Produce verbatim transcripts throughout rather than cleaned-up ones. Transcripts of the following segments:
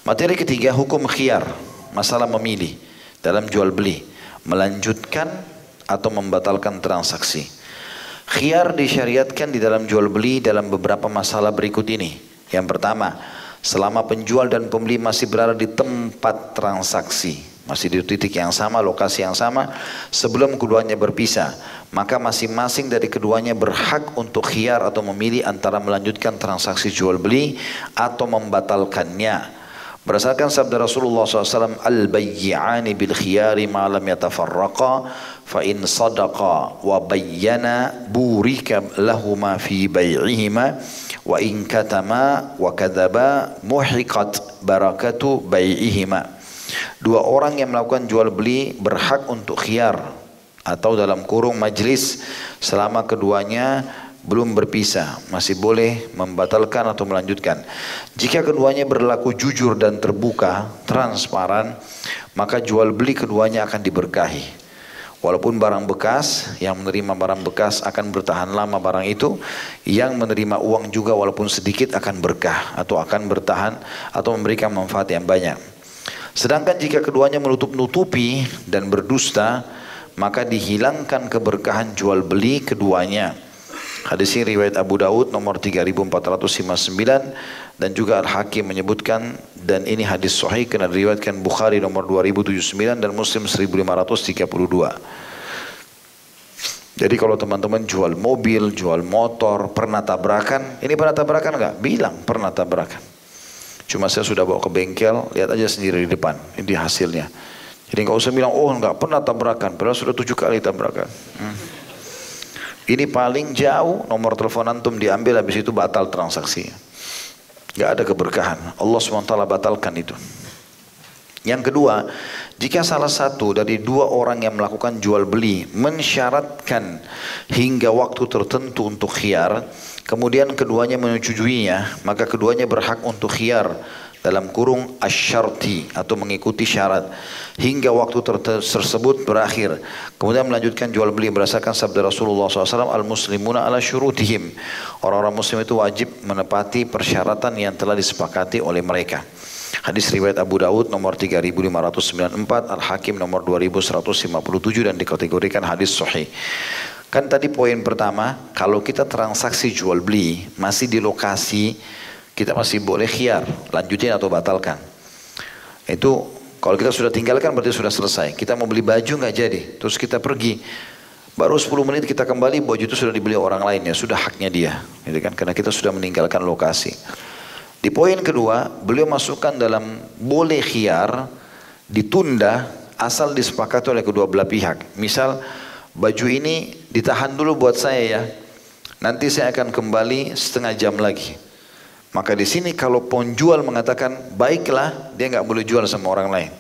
Materi ketiga, hukum khiyar, masalah memilih dalam jual beli, melanjutkan atau membatalkan transaksi. Khiyar disyariatkan di dalam jual beli dalam beberapa masalah berikut ini. Yang pertama, selama penjual dan pembeli masih berada di tempat transaksi, masih di titik yang sama, lokasi yang sama, sebelum keduanya berpisah, maka masing-masing dari keduanya berhak untuk khiyar atau memilih antara melanjutkan transaksi jual beli atau membatalkannya. Berdasarkan sabda Rasulullah shallallahu alaihi wasallam, al-bayyi'ani bil khiyari ma lam yatafarraqa, fa in sadaqa wa bayyana burika lahuma fi bay'ihima, wa in katama wa kadzaba muhiqat barakatu bay'ihima. Dua orang yang melakukan jual beli berhak untuk khiyar atau dalam kurung majlis selama keduanya belum berpisah, masih boleh membatalkan atau melanjutkan. Jika keduanya berlaku jujur dan terbuka, transparan, maka jual beli keduanya akan diberkahi. Walaupun barang bekas, yang menerima barang bekas akan bertahan lama barang itu, yang menerima uang juga walaupun sedikit akan berkah atau akan bertahan atau memberikan manfaat yang banyak. Sedangkan jika keduanya menutup-nutupi dan berdusta, maka dihilangkan keberkahan jual beli keduanya. Hadis ini riwayat Abu Daud nomor tiga ribu empat ratus lima puluh sembilan dan juga Al-Hakim menyebutkan, dan ini hadis sahih karena diriwayatkan Bukhari nomor dua ribu tujuh puluh sembilan dan Muslim seribu lima ratus tiga puluh dua. Jadi kalau teman-teman jual mobil, jual motor, pernah tabrakan, ini pernah tabrakan enggak? Bilang pernah tabrakan. Cuma saya sudah bawa ke bengkel, lihat aja sendiri di depan, ini hasilnya. Jadi enggak usah bilang, oh enggak pernah tabrakan, padahal sudah tujuh kali tabrakan. Hmm. Ini paling jauh nomor telepon antum diambil, habis itu batal transaksi. Gak ada keberkahan. Allah subhanahu wa taala batalkan itu. Yang kedua, jika salah satu dari dua orang yang melakukan jual beli mensyaratkan hingga waktu tertentu untuk khiyar, kemudian keduanya menyetujuinya, maka keduanya berhak untuk khiyar dalam kurung asyarti atau mengikuti syarat hingga waktu tersebut berakhir, kemudian melanjutkan jual beli berdasarkan sabda Rasulullah shallallahu alaihi wasallam, al-muslimuna ala syurutihim, orang-orang muslim itu wajib menepati persyaratan yang telah disepakati oleh mereka. Hadis riwayat Abu Daud nomor tiga ribu lima ratus sembilan puluh empat, Al-Hakim nomor dua ribu seratus lima puluh tujuh dan dikategorikan hadis sahih. Kan tadi poin pertama, kalau kita transaksi jual beli masih di lokasi, kita masih boleh khiyar, lanjutin atau batalkan. Itu kalau kita sudah tinggalkan berarti sudah selesai. Kita mau beli baju nggak jadi, terus kita pergi, baru sepuluh menit kita kembali, baju itu sudah dibeli orang lain, ya sudah haknya dia, gitu kan? Karena kita sudah meninggalkan lokasi. Di poin kedua, beliau masukkan dalam boleh khiyar, ditunda asal disepakati oleh kedua belah pihak. Misal baju ini ditahan dulu buat saya ya, nanti saya akan kembali setengah jam lagi. Maka di sini kalau penjual mengatakan baiklah, dia nggak boleh jual sama orang lain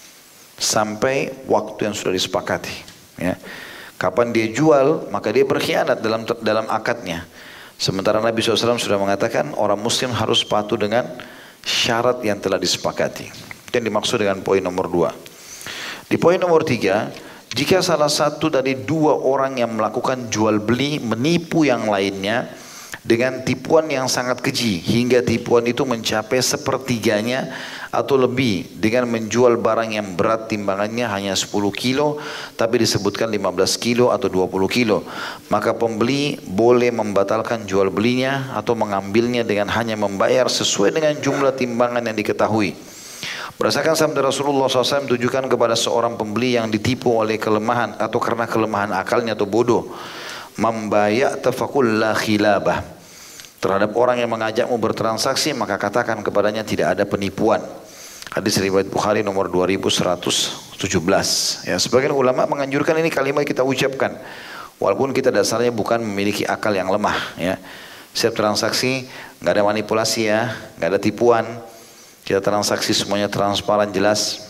sampai waktu yang sudah disepakati. Ya. Kapan dia jual, maka dia berkhianat dalam dalam akadnya. Sementara Nabi shallallahu alaihi wasallam sudah mengatakan orang Muslim harus patuh dengan syarat yang telah disepakati. Itu yang dimaksud dengan poin nomor dua. Di poin nomor tiga, jika salah satu dari dua orang yang melakukan jual beli menipu yang lainnya dengan tipuan yang sangat keji hingga tipuan itu mencapai sepertiganya atau lebih dengan menjual barang yang berat timbangannya hanya sepuluh kilo tapi disebutkan lima belas kilo atau dua puluh kilo, maka pembeli boleh membatalkan jual belinya atau mengambilnya dengan hanya membayar sesuai dengan jumlah timbangan yang diketahui. Berdasarkan sabda Rasulullah shallallahu alaihi wasallam tujukan kepada seorang pembeli yang ditipu oleh kelemahan atau karena kelemahan akalnya atau bodoh, membayar tafakul la khilabah, terhadap orang yang mengajakmu bertransaksi maka katakan kepadanya tidak ada penipuan. Hadis riwayat Bukhari nomor dua ribu seratus tujuh belas. Ya, sebagian ulama menganjurkan ini kalimat kita ucapkan walaupun kita dasarnya bukan memiliki akal yang lemah. Ya, setiap transaksi nggak ada manipulasi ya, nggak ada tipuan. Kita transaksi semuanya transparan jelas.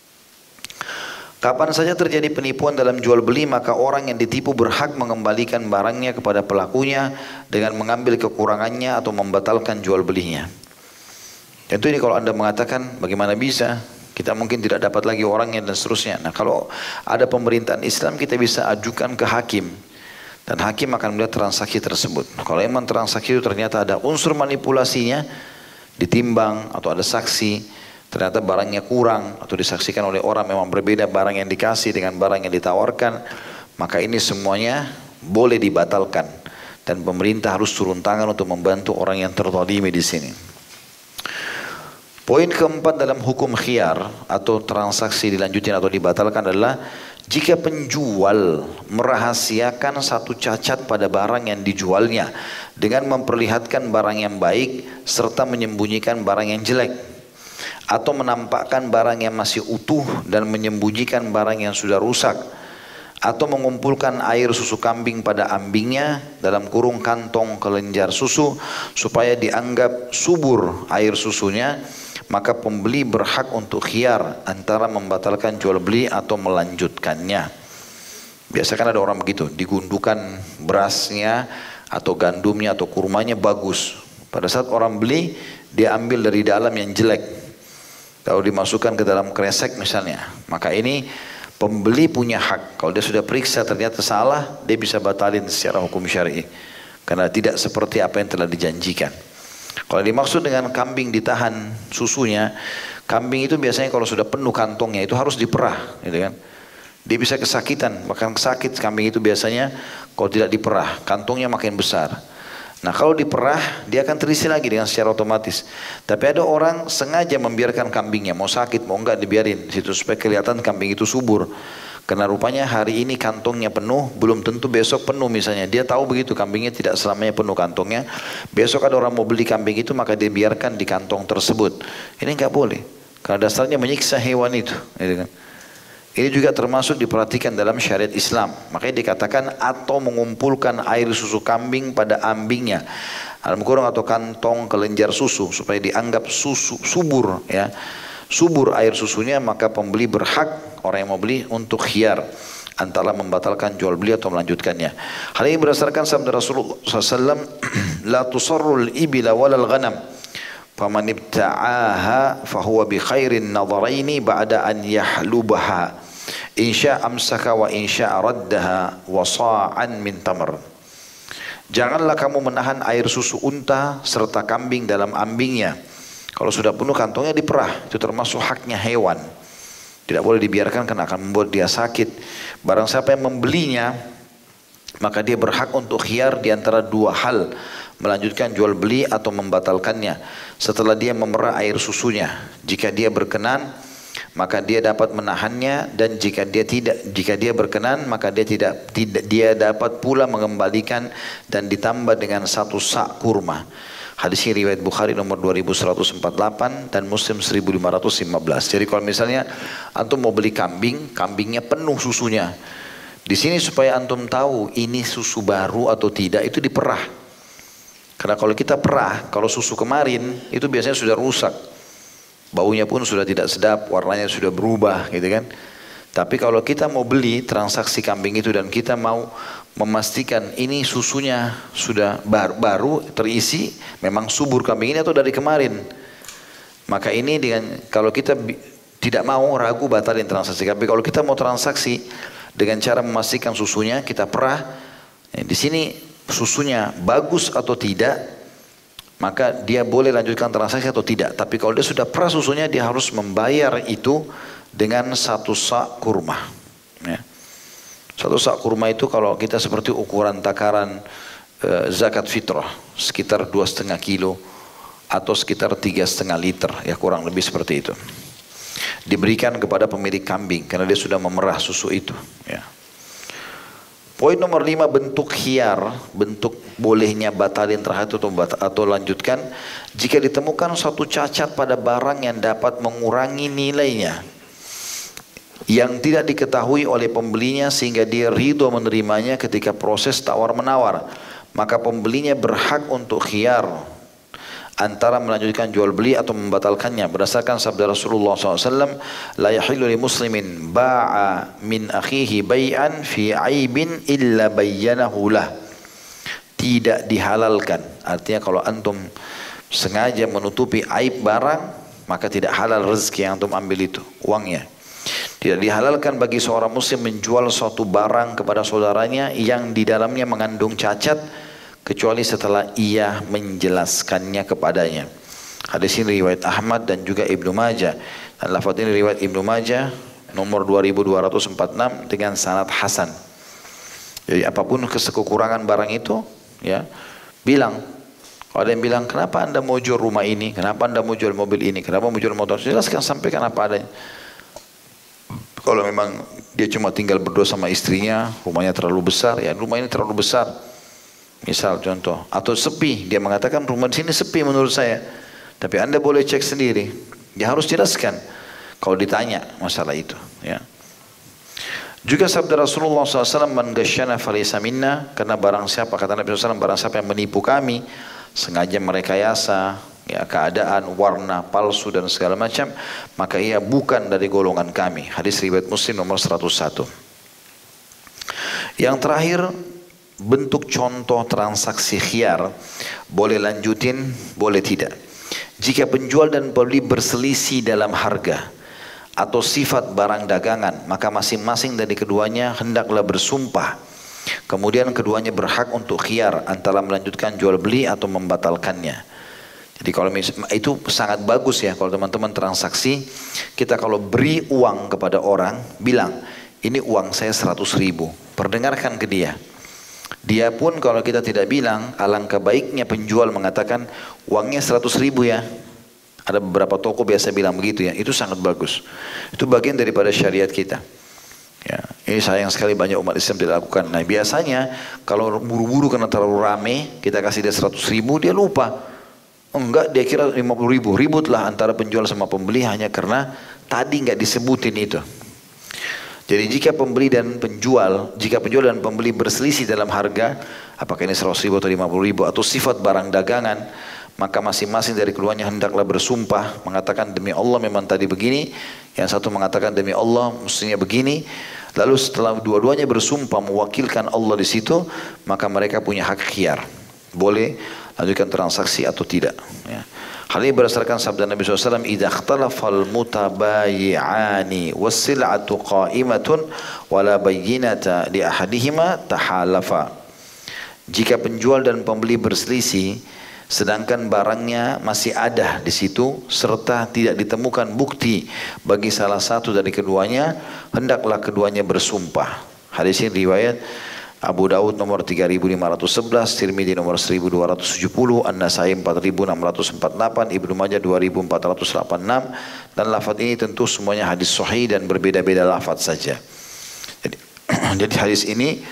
Kapan saja terjadi penipuan dalam jual beli, maka orang yang ditipu berhak mengembalikan barangnya kepada pelakunya dengan mengambil kekurangannya atau membatalkan jual belinya. Tentu ini kalau Anda mengatakan bagaimana bisa, kita mungkin tidak dapat lagi orangnya dan seterusnya. Nah, kalau ada pemerintahan Islam kita bisa ajukan ke hakim dan hakim akan melihat transaksi tersebut. Kalau memang transaksi itu ternyata ada unsur manipulasinya, ditimbang atau ada saksi, ternyata barangnya kurang atau disaksikan oleh orang memang berbeda barang yang dikasih dengan barang yang ditawarkan, maka ini semuanya boleh dibatalkan dan pemerintah harus turun tangan untuk membantu orang yang terzalimi di sini. Poin keempat dalam hukum khiyar atau transaksi dilanjutin atau dibatalkan adalah jika penjual merahasiakan satu cacat pada barang yang dijualnya dengan memperlihatkan barang yang baik serta menyembunyikan barang yang jelek, atau menampakkan barang yang masih utuh dan menyembunyikan barang yang sudah rusak, atau mengumpulkan air susu kambing pada ambingnya dalam kurung kantong kelenjar susu supaya dianggap subur air susunya, maka pembeli berhak untuk khiyar antara membatalkan jual beli atau melanjutkannya. Biasa kan ada orang begitu, digundukan berasnya atau gandumnya atau kurmanya bagus. Pada saat orang beli, dia ambil dari dalam yang jelek. Kalau dimasukkan ke dalam kresek misalnya, maka ini pembeli punya hak. Kalau dia sudah periksa ternyata salah, dia bisa batalin secara hukum syar'i. Karena tidak seperti apa yang telah dijanjikan. Kalau dimaksud dengan kambing ditahan susunya, kambing itu biasanya kalau sudah penuh kantongnya itu harus diperah, gitu kan? Dia bisa kesakitan, bahkan sakit kambing itu biasanya kalau tidak diperah, kantongnya makin besar. Nah kalau diperah, dia akan terisi lagi dengan secara otomatis. Tapi ada orang sengaja membiarkan kambingnya, mau sakit, mau enggak dibiarin, situ supaya kelihatan kambing itu subur. Karena rupanya hari ini kantongnya penuh, belum tentu besok penuh misalnya. Dia tahu begitu kambingnya tidak selamanya penuh kantongnya. Besok ada orang mau beli kambing itu, maka dia biarkan di kantong tersebut. Ini enggak boleh, karena dasarnya menyiksa hewan itu. Ini juga termasuk diperhatikan dalam syariat Islam. Makanya dikatakan atau mengumpulkan air susu kambing pada ambingnya, dalam kurung atau kantong kelenjar susu supaya dianggap susu subur, ya. Subur air susunya, maka pembeli berhak, orang yang mau beli, untuk khiyar antara membatalkan jual beli atau melanjutkannya. Hal ini berdasarkan sabda Rasulullah sallallahu alaihi wasallam, la tusarrul ibila walal ghanam, faman ibta'aha fahuwa bi khairin nadharaini ba'da an yahlubaha, insya amsaka wa insya raddaha wa sa'an min tamr. Janganlah kamu menahan air susu unta serta kambing dalam ambingnya. Kalau sudah penuh kantongnya diperah, itu termasuk haknya hewan. Tidak boleh dibiarkan karena akan membuat dia sakit. Barang siapa yang membelinya, maka dia berhak untuk khiyar di antara dua hal, melanjutkan jual beli atau membatalkannya setelah dia memerah air susunya. Jika dia berkenan, maka dia dapat menahannya, dan jika dia tidak, jika dia berkenan, maka dia tidak, tidak dia dapat pula mengembalikan dan ditambah dengan satu sak kurma. Hadis ini riwayat Bukhari nomor dua ribu seratus empat puluh delapan dan Muslim seribu lima ratus lima belas. Jadi kalau misalnya antum mau beli kambing, kambingnya penuh susunya. Di sini supaya antum tahu ini susu baru atau tidak, itu diperah. Karena kalau kita perah, kalau susu kemarin itu biasanya sudah rusak. Baunya pun sudah tidak sedap, warnanya sudah berubah, gitu kan. Tapi kalau kita mau beli transaksi kambing itu dan kita mau memastikan ini susunya sudah baru, baru terisi, memang subur kambing ini atau dari kemarin, maka ini dengan kalau kita tidak mau ragu batalin transaksi. Tapi kalau kita mau transaksi dengan cara memastikan susunya kita perah, di sini susunya bagus atau tidak, maka dia boleh lanjutkan transaksi atau tidak. Tapi kalau dia sudah perah susunya, dia harus membayar itu dengan satu sak kurma, ya. Satu sak kurma itu kalau kita seperti ukuran takaran e, zakat fitrah, sekitar dua setengah kilo atau sekitar tiga setengah liter, ya kurang lebih seperti itu. Diberikan kepada pemilik kambing karena dia sudah memerah susu itu, ya. Poin nomor lima, bentuk khiyar, bentuk bolehnya batalin terhadap atau, atau lanjutkan jika ditemukan suatu cacat pada barang yang dapat mengurangi nilainya, yang tidak diketahui oleh pembelinya sehingga dia ridho menerimanya ketika proses tawar-menawar, maka pembelinya berhak untuk khiyar antara melanjutkan jual beli atau membatalkannya berdasarkan sabda Rasulullah shallallahu alaihi wasallam, la yahillu li muslimin ba'a min akhihi bay'an fi aibin illa bayyanahu lah. Tidak dihalalkan, artinya kalau antum sengaja menutupi aib barang, maka tidak halal rezeki yang antum ambil itu, uangnya. Tidak dihalalkan bagi seorang muslim menjual suatu barang kepada saudaranya yang di dalamnya mengandung cacat, kecuali setelah ia menjelaskannya kepadanya. Hadis ini riwayat Ahmad dan juga Ibnu Majah. Dan lafaz ini riwayat Ibnu Majah nomor dua ribu dua ratus empat puluh enam dengan sanad hasan. Jadi apapun kekurangan barang itu, ya, bilang. Kalau ada yang bilang, kenapa anda mau jual rumah ini? Kenapa anda mau jual mobil ini? Kenapa mau jual motor? Jelaskan, sampaikan apa adanya. Kalau memang dia cuma tinggal berdua sama istrinya, rumahnya terlalu besar, ya rumah ini terlalu besar. Misal contoh, atau sepi, dia mengatakan rumah di sini sepi menurut saya. Tapi anda boleh cek sendiri. Dia harus jelaskan kalau ditanya masalah itu. Ya. Juga sabda Rasulullah shallallahu alaihi wasallam, "Man ghasyana falaysa minna," karena barang siapa, kata Nabi shallallahu alaihi wasallam, barang siapa yang menipu kami, sengaja merekayasa, ya, keadaan, warna palsu dan segala macam, maka ia bukan dari golongan kami. Hadis riwayat Muslim nomor seratus satu. Yang terakhir, bentuk contoh transaksi khiyar, boleh lanjutin, boleh tidak. Jika penjual dan pembeli berselisih dalam harga atau sifat barang dagangan, maka masing-masing dari keduanya hendaklah bersumpah. Kemudian keduanya berhak untuk khiyar antara melanjutkan jual beli atau membatalkannya. Jadi kalau itu sangat bagus ya, kalau teman-teman transaksi, kita kalau beri uang kepada orang, bilang, ini uang saya seratus ribu, perdengarkan ke dia. Dia pun kalau kita tidak bilang, alangkah baiknya penjual mengatakan, uangnya seratus ribu ya. Ada beberapa toko biasa bilang begitu ya, itu sangat bagus. Itu bagian daripada syariat kita. Ya, ini sayang sekali banyak umat Islam tidak lakukan. Nah biasanya kalau buru-buru karena terlalu rame, kita kasih dia seratus ribu, dia lupa. Enggak, dia kira lima puluh ribu. Ributlah antara penjual sama pembeli hanya karena tadi nggak disebutin itu. Jadi jika pembeli dan penjual, jika penjual dan pembeli berselisih dalam harga, apakah ini seratus ribu atau lima puluh ribu atau sifat barang dagangan, maka masing-masing dari keduanya hendaklah bersumpah mengatakan demi Allah memang tadi begini, yang satu mengatakan demi Allah mestinya begini. Lalu setelah dua-duanya bersumpah mewakilkan Allah di situ, maka mereka punya hak khiyar, boleh lanjutkan transaksi atau tidak. Ya. Hal ini berdasarkan sabda Nabi shallallahu alaihi wasallam, "Idza ikhtalafal mutabayi'ani was-sil'atu qa'imatun wa la bayyinata li ahadihima tahalafa." Jika penjual dan pembeli berselisih, sedangkan barangnya masih ada di situ serta tidak ditemukan bukti bagi salah satu dari keduanya, hendaklah keduanya bersumpah. Hadis ini riwayat Abu Daud nomor tiga ribu lima ratus sebelas, Tirmidzi nomor seribu dua ratus tujuh puluh, An-Nasai empat ribu enam ratus empat puluh delapan, Ibnu Majah dua ribu empat ratus delapan puluh enam, dan lafaz ini tentu semuanya hadis sahih dan berbeda-beda lafaz saja. Jadi, jadi hadis ini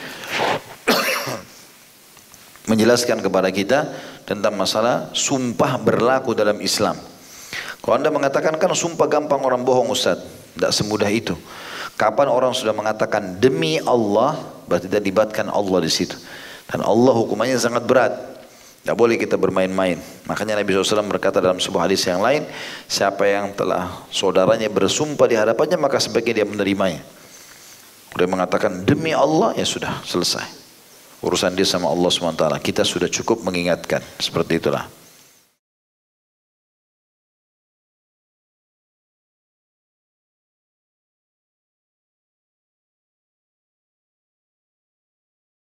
menjelaskan kepada kita tentang masalah sumpah berlaku dalam Islam. Kalau anda mengatakan kan sumpah gampang, orang bohong Ustaz, tidak semudah itu. Kapan orang sudah mengatakan demi Allah, berarti tidak dilibatkan Allah di situ. Dan Allah hukumannya sangat berat. Tidak boleh kita bermain-main. Makanya Nabi shallallahu alaihi wasallam berkata dalam sebuah hadis yang lain, siapa yang telah saudaranya bersumpah di hadapannya, maka sebaiknya dia menerimanya. Dia mengatakan demi Allah, ya sudah selesai. Urusan dia sama Allah subhanahu wa taala. Kita sudah cukup mengingatkan. Seperti itulah.